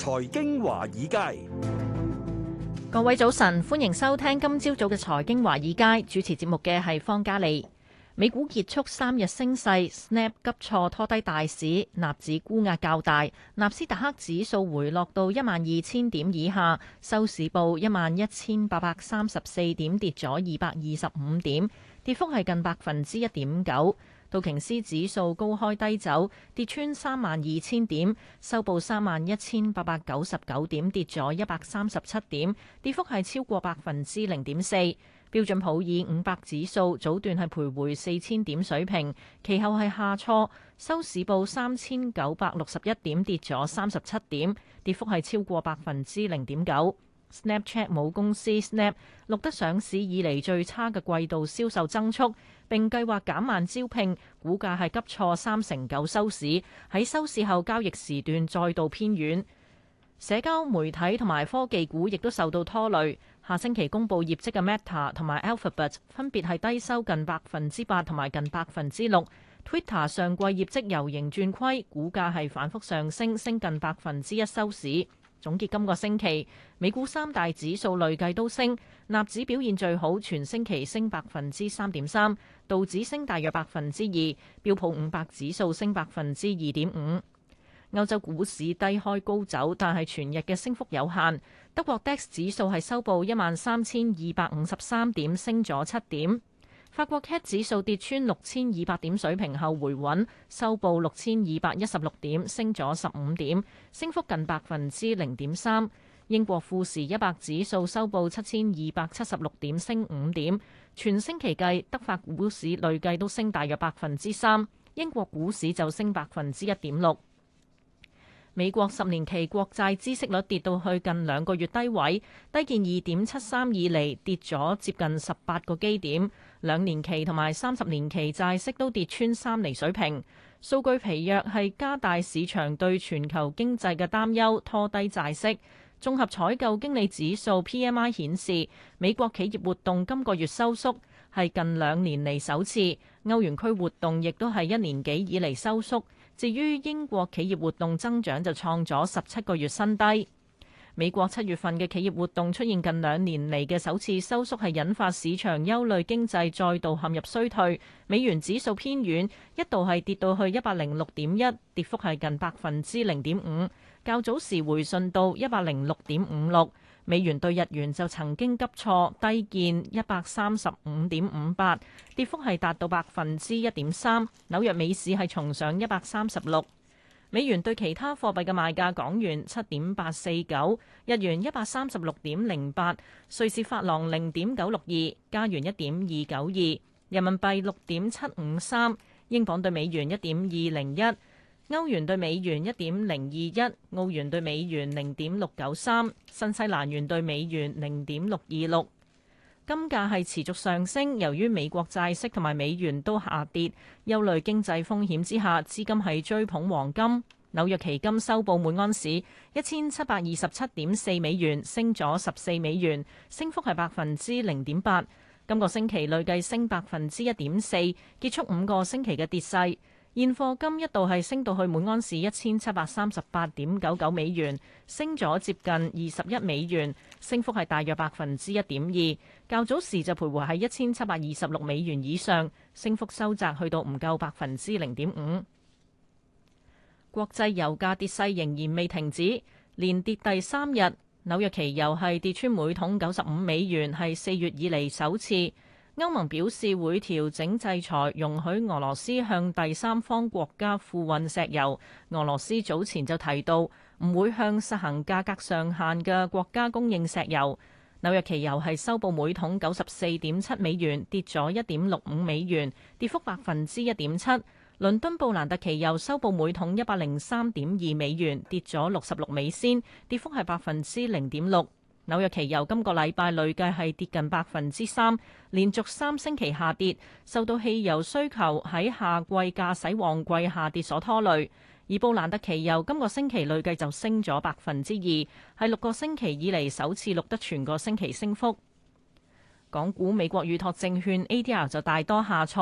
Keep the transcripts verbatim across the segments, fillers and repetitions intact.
財經華爾街， 各位早晨，歡迎收聽今朝早嘅財經華爾街，主持節目嘅係方嘉利。美股結束三日升勢 ，Snap 急挫拖低大市，納指沽壓較大，納斯達克指數回落到一萬二千點以下，收市報一萬一千八百三十四點，跌咗二百二十五點，跌幅係近百分之一點九。道瓊斯指數高開低走，跌穿三萬二千點，收報三萬一千八百九十九點，跌咗一百三十七點，跌幅係超過百分之零點四。標準普爾五百指數早段係徘徊四千點水平，其後係下挫，收市報三千九百六十一點，跌咗三十七點，跌幅係超過百分之零點九。Snapchat 母公司 Snap 錄得上市以嚟最差嘅季度銷售增速，並計劃減慢招聘，股價係急挫三成九收市，喺收市後交易時段再度偏軟。社交媒體同埋科技股亦都受到拖累，下星期公佈業績嘅 Meta 同埋 Alphabet 分別係低收近百分之八同埋近百分之六。Twitter 上季業績由盈轉虧，股價係反覆上升，升近百分之一收市。總結今個星期，美股三大指數累計都升，納指表現最好，全星期升百分之三點三，道指升大約百分之二，標普五百指數升百分之二點五。歐洲股市低開高走，但係全日嘅升幅有限。德國 D A X 指數係收報一萬三千二百五十三點，升咗七點。法國 C A C 指數跌穿六千二百點水平後回穩，收報六千二百一十六點，升咗十五點，升幅近百分之零點三。英國富時一百指數收報七千二百七十六點，升五點。全星期計，德法股市累計都升大約百分之三，英國股市就升百分之一點六。美國十年期國債孳息率跌到去近兩個月低位，低見二點七三以嚟，跌咗接近十八個基點。兩年期同埋三十年期債息都跌穿三厘水平。數據疲弱係加大市場對全球經濟嘅擔憂，拖低債息。綜合採購經理指數 P M I 顯示，美國企業活動今個月收縮，係近兩年嚟首次。歐元區活動亦都係一年幾以嚟收縮。至於英國企業活動增長就創咗十七個月新低。美國七月份嘅企業活動出現近兩年嚟嘅首次收縮，係引發市場憂慮經濟再度陷入衰退。美元指數偏軟，一度係跌到去一百零六點一，跌幅係近百分之零點五。較早時回順到一百零六點五六。美元對日元就曾經急挫，低見一百三十五點五八，跌幅係達到百分之一點三。紐約美市係重上一百三十六。美元對其他貨幣嘅賣價：港元七點八四九，日元一百三十六點零八，瑞士法郎零點九六二，加元一點二九二，人民幣六點七五三，英鎊對美元一點二零一。歐元對美元一點零二一，澳元對美元零點六九三，新西蘭元對美元零點六二六。金價係持續上升，由於美國債息同埋美元都下跌，憂慮經濟風險之下，資金係追捧黃金。紐約期金收報每安士一千七百二十七點四美元，升咗十四美元，升幅係百分之零點八。今個星期累計升百分之一點四，結束五個星期嘅跌勢。現貨金一度係升到去每安士一千七百三十八點九九美元，升咗接近二十一美元，升幅係大約百分之一點二。較早時就徘徊喺一千七百二十六美元以上，升幅收窄去到唔夠百分之零點五。國際油價跌勢仍然未停止，連跌第三日，紐約期油係跌穿每桶九十五美元，係四月以嚟首次。歐盟表示會調整制裁，容許俄羅斯向第三方國家付運石油。俄羅斯早前就提到唔會向實行價格上限嘅國家供應石油。紐約期油係收報每桶九十四點七美元，跌咗一點六五美元，跌幅百分之一點七。倫敦布蘭特期油收報每桶一百零三點二美元，跌咗六十六美仙，跌幅係百分之零點六。紐約期油今個禮拜累計係跌近百分之三，連續三星期下跌，受到汽油需求喺夏季駕駛旺季下跌所拖累。而布蘭特期油今個星期累計就升咗百分之二，係六個星期以嚟首次錄得全個星期升幅。港股美國預託證券 A D R 就大多下挫，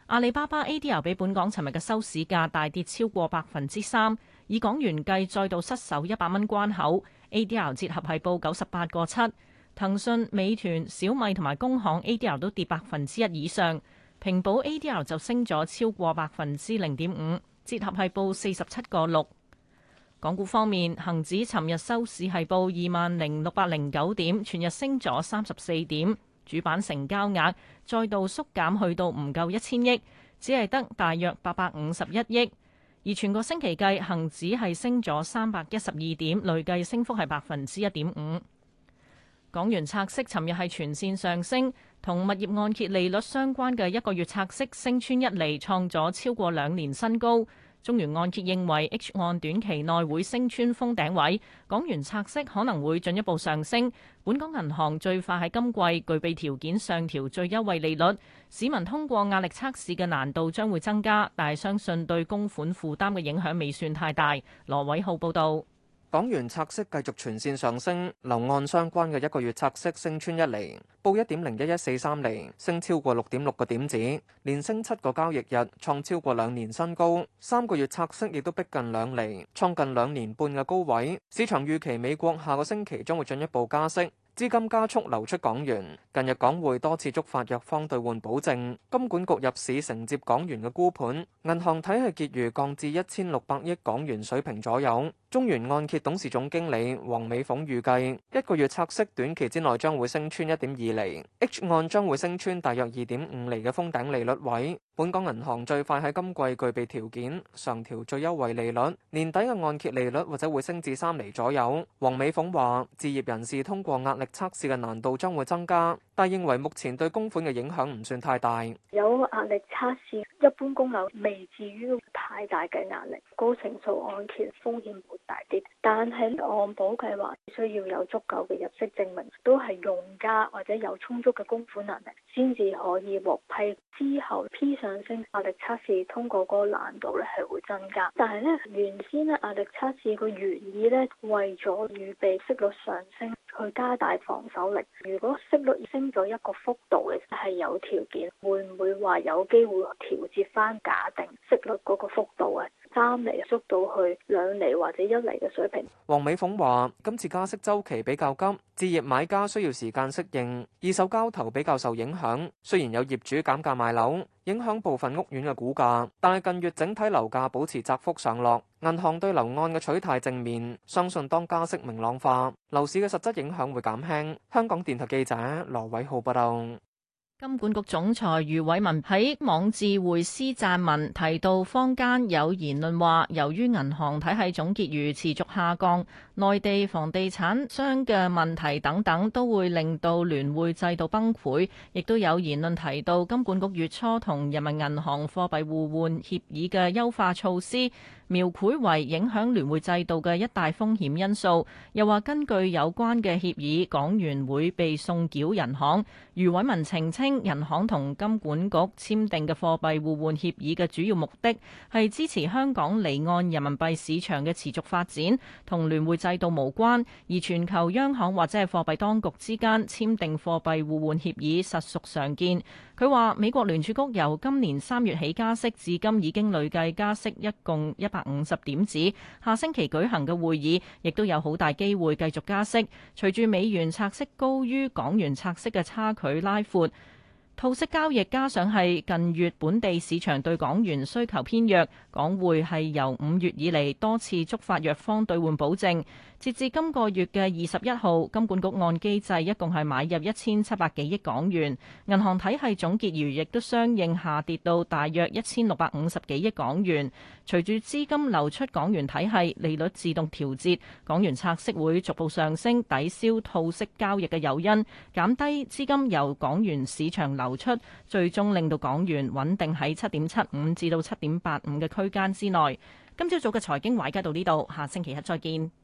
阿里巴巴 A D R 比本港尋日嘅收市價大跌超過百分之三，以港元計再度失守一百蚊關口。A D R 折合係報九十八個七。騰訊、美團、小米同埋工行 A D R 都跌百分之一以上。平保 A D R 就升咗超過百分之零點五，折合係報四十七個六。港股方面，恒指尋日收市係報二萬零六百零九點，全日升咗三十四點。主板成交額再度縮減去到唔夠一千億，只係得大約八百五十一億。而全個星期計，恒指係升咗三百一十二點，累計升幅係百分之一點五。港元拆息尋日係全線上升，同物業按揭利率相關嘅一個月拆息升穿一厘，創咗超過兩年新高。中原按揭認為 H 按短期內會升穿封頂位，港元拆息可能會進一步上升。本港銀行最快喺今季具備條件上調最優惠利率，市民通過壓力測試嘅難度將會增加，但係相信對供款負擔嘅影響未算太大。羅偉浩報導。 港元拆息繼續全線上升，樓按相關嘅一個月拆息升穿一厘，報一點零一一四三厘，升超過六點六個點子，連升七個交易日，創超過兩年新高。三個月拆息亦都逼近兩厘，創近兩年半嘅高位。市場預期美國下個星期將會進一步加息，資金加速流出港元。近日港匯多次觸發弱方兌換保證，金管局入市承接港元嘅沽盤，銀行體系結餘降至一千六百億港元水平左右。中原按揭董事總經理黃美鳳預計，一個月拆息短期之內將會升穿一點二厘 ，H 按將會升穿大約二點五厘嘅封頂利率位。本港銀行最快喺今季具備條件上調最優惠利率，年底嘅按揭利率或者會升至三厘左右。黃美鳳話，置業人士通過壓力測試嘅難度將會增加，但認為目前對供款嘅影響唔算太大。 有壓力測試，一般供樓未至於太大嘅壓力，高成數按揭風險會大啲，但係按保計劃需要有足夠嘅入息證明，都係用家或者有充足嘅供款能力先至可以獲批。之後 P 上升，壓力測試通過嗰個難度咧係會增加，但係咧原先咧壓力測試個原意咧為咗預備息率上升，去加大防守力。如果息率升咗一個幅度嘅係有條件，會唔會話有機會調節翻假定息率嗰個幅度啊？三厘縮到去兩厘或者一厘嘅水平。 黃美鳳話：今次加息週期比較急，置業買家需要時間適應，二手交投比較受影響。雖然有業主減價賣樓，影響部分屋苑嘅估價，但係近月整體樓價保持窄幅上落。銀行對樓按嘅取態正面，相信當加息明朗化，樓市嘅實質影響會減輕。香港電台記者羅偉浩報道。 金管局總裁余偉文喺網誌匯思撰文提到，坊間有言論話，由於銀行體系總結餘持續下降，內地房地產商嘅問題等等，都會令到聯匯制度崩潰。亦都有言論提到，金管局月初同人民銀行貨幣互換協議嘅優化措施，描繪為影響聯匯制度嘅一大風險因素。又話根據有關嘅協議，港元會被送繳人行。余偉文澄清，人行同金管局簽訂嘅貨幣互換協議嘅主要目的係支持香港離岸人民幣市場嘅持續發展，同聯匯制度無關。而全球央行或者係貨幣當局之間簽訂貨幣互換協議實屬常見。佢話美國聯儲局由今年三月起加息，至今已經累計加息一共一百五十點子。下星期舉行嘅會議亦都有好大機會繼續加息。隨住美元拆息高於港元拆息嘅差距拉闊，套息交易加上係近月本地市場對港元需求偏弱，港匯係由五月以嚟多次觸發弱方兌換保證。截至今個月嘅二十一號，金管局按機制一共係買入一千七百幾億港元，銀行體系總結餘亦都相應下跌到大約一千六百五十幾億港元。隨住資金流出港元體系，利率自動調節，港元拆息會逐步上升，抵消套息交易嘅誘因，減低資金由港元市場流出，最終令到港元穩定喺七點七五至到七點八五嘅區間之內。今朝早嘅財經華爾街到呢度，下星期一再見。